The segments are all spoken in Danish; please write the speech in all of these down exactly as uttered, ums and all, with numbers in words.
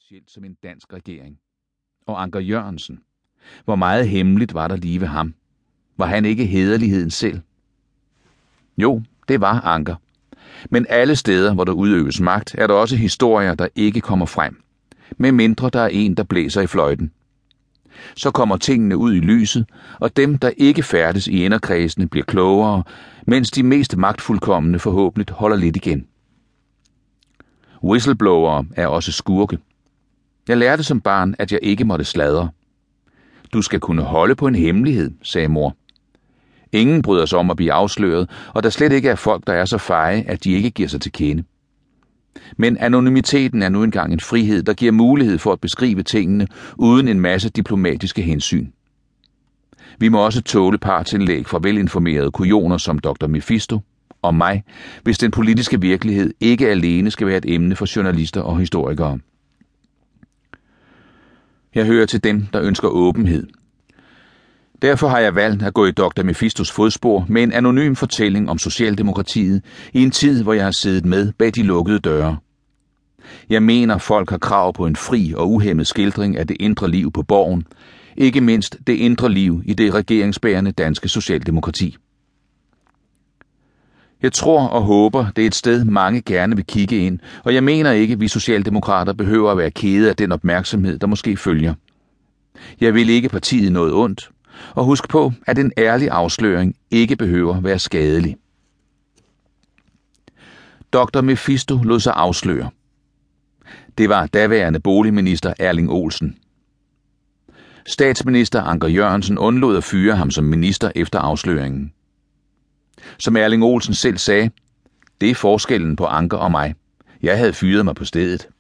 officielt som en dansk regering. Og Anker Jørgensen, hvor meget hemmeligt var der lige ved ham? Var han ikke hæderligheden selv? Jo, det var Anker. Men alle steder, hvor der udøves magt, er der også historier, der ikke kommer frem. Med mindre der er en, der blæser i fløjten. Så kommer tingene ud i lyset, og dem, der ikke færdes i inderkredsene, bliver klogere, mens de mest magtfuldkomne forhåbentlig holder lidt igen. Whistleblowere er også skurke. Jeg lærte som barn, at jeg ikke måtte sladre. Du skal kunne holde på en hemmelighed, sagde mor. Ingen bryder sig om at blive afsløret, og der slet ikke er folk, der er så feje, at de ikke giver sig til kende. Men anonymiteten er nu engang en frihed, der giver mulighed for at beskrive tingene uden en masse diplomatiske hensyn. Vi må også tåle partsindlæg fra velinformerede kujoner som doktor Mephisto og mig, hvis den politiske virkelighed ikke alene skal være et emne for journalister og historikere. Jeg hører til dem, der ønsker åbenhed. Derfor har jeg valgt at gå i doktor Mephistos fodspor med en anonym fortælling om Socialdemokratiet i en tid, hvor jeg har siddet med bag de lukkede døre. Jeg mener, folk har krav på en fri og uhæmmet skildring af det indre liv på Borgen, ikke mindst det indre liv i det regeringsbærende danske Socialdemokrati. Jeg tror og håber, det er et sted, mange gerne vil kigge ind, og jeg mener ikke, at vi socialdemokrater behøver at være kede af den opmærksomhed, der måske følger. Jeg vil ikke partiet noget ondt, og husk på, at en ærlig afsløring ikke behøver at være skadelig. doktor Mephisto lod sig afsløre. Det var daværende boligminister Erling Olsen. Statsminister Anker Jørgensen undlod at fyre ham som minister efter afsløringen. Som Erling Olsen selv sagde, det er forskellen på Anker og mig. Jeg havde fyret mig på stedet.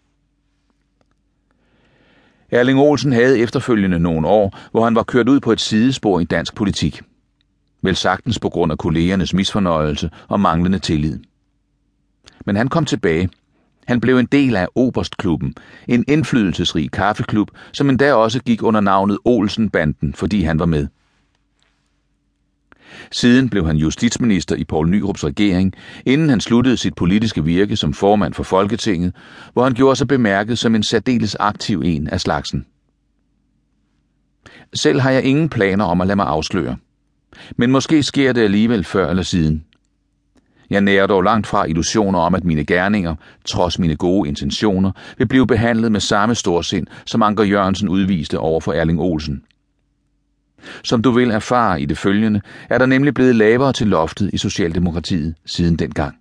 Erling Olsen havde efterfølgende nogle år, hvor han var kørt ud på et sidespor i dansk politik. Vel sagtens på grund af kollegernes misfornøjelse og manglende tillid. Men han kom tilbage. Han blev en del af Oberstklubben, en indflydelsesrig kaffeklub, som endda også gik under navnet Olsen-banden, fordi han var med. Siden blev han justitsminister i Poul Nyrups regering, inden han sluttede sit politiske virke som formand for Folketinget, hvor han gjorde sig bemærket som en særdeles aktiv en af slagsen. Selv har jeg ingen planer om at lade mig afsløre. Men måske sker det alligevel før eller siden. Jeg nærer dog langt fra illusioner om, at mine gerninger, trods mine gode intentioner, vil blive behandlet med samme storsind, som Anker Jørgensen udviste over for Erling Olsen. Som du vil erfare i det følgende, er der nemlig blevet lavere til loftet i Socialdemokratiet siden dengang.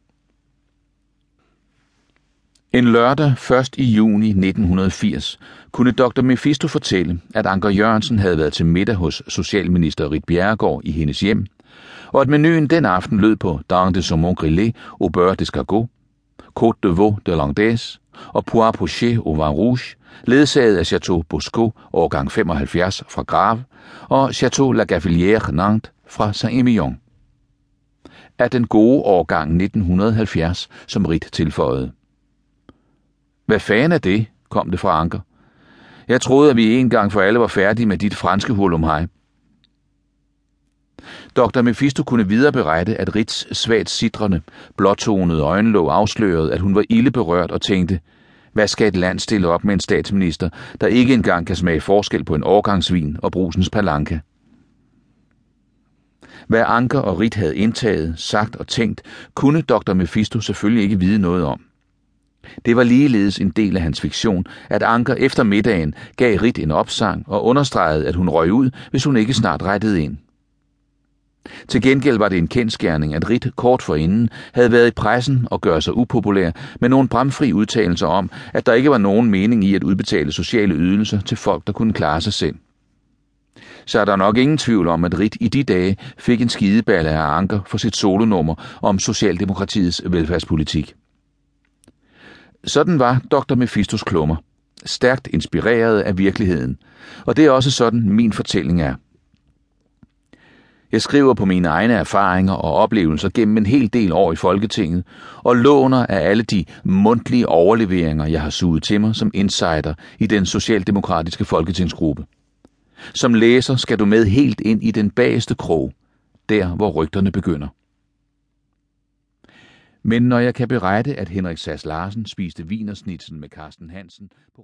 En lørdag først i juni nitten firs kunne doktor Mephisto fortælle, at Anker Jørgensen havde været til middag hos socialminister Ritt Bjerregaard i hendes hjem, og at menuen den aften lød på dinde de saumon grillé au beurre d'escargot, côte de veau de Landaise og poire pochée au vin rouge, ledsaget af Chateau Bosco årgang femoghalvfjerds fra Grave og Chateau La Gavillière Nantes fra Saint-Émilion. Af den gode årgang nitten halvfjerds, som Ritt tilføjede. Hvad fanden er det, kom det fra Anker. Jeg troede, at vi en gang for alle var færdige med dit franske hurlumhej. doktor Mephisto kunne videre berette, at Ritts svagt sitrende, blåtonede øjenlåg afslørede, at hun var ilde berørt og tænkte, hvad skal et land stille op med en statsminister, der ikke engang kan smage forskel på en årgangsvin og brusens palanka? Hvad Anker og Ritt havde indtaget, sagt og tænkt, kunne doktor Mephisto selvfølgelig ikke vide noget om. Det var ligeledes en del af hans fiktion, at Anker efter middagen gav Ritt en opsang og understregede, at hun røg ud, hvis hun ikke snart rettede ind. Til gengæld var det en kendsgerning, at Ritt kort forinden havde været i pressen og gør sig upopulær med nogle bramfri udtalelser om, at der ikke var nogen mening i at udbetale sociale ydelser til folk, der kunne klare sig selv. Så er der nok ingen tvivl om, at Ritt i de dage fik en skideballe af Anker for sit solonummer om Socialdemokratiets velfærdspolitik. Sådan var doktor Mephistos klummer, stærkt inspireret af virkeligheden, og det er også sådan min fortælling er. Jeg skriver på mine egne erfaringer og oplevelser gennem en hel del år i Folketinget, og låner af alle de mundtlige overleveringer, jeg har suget til mig som insider i den socialdemokratiske folketingsgruppe. Som læser skal du med helt ind i den bageste krog, der hvor rygterne begynder. Men når jeg kan berette, at Henrik Sass Larsen spiste wienerschnitzel med Carsten Hansen på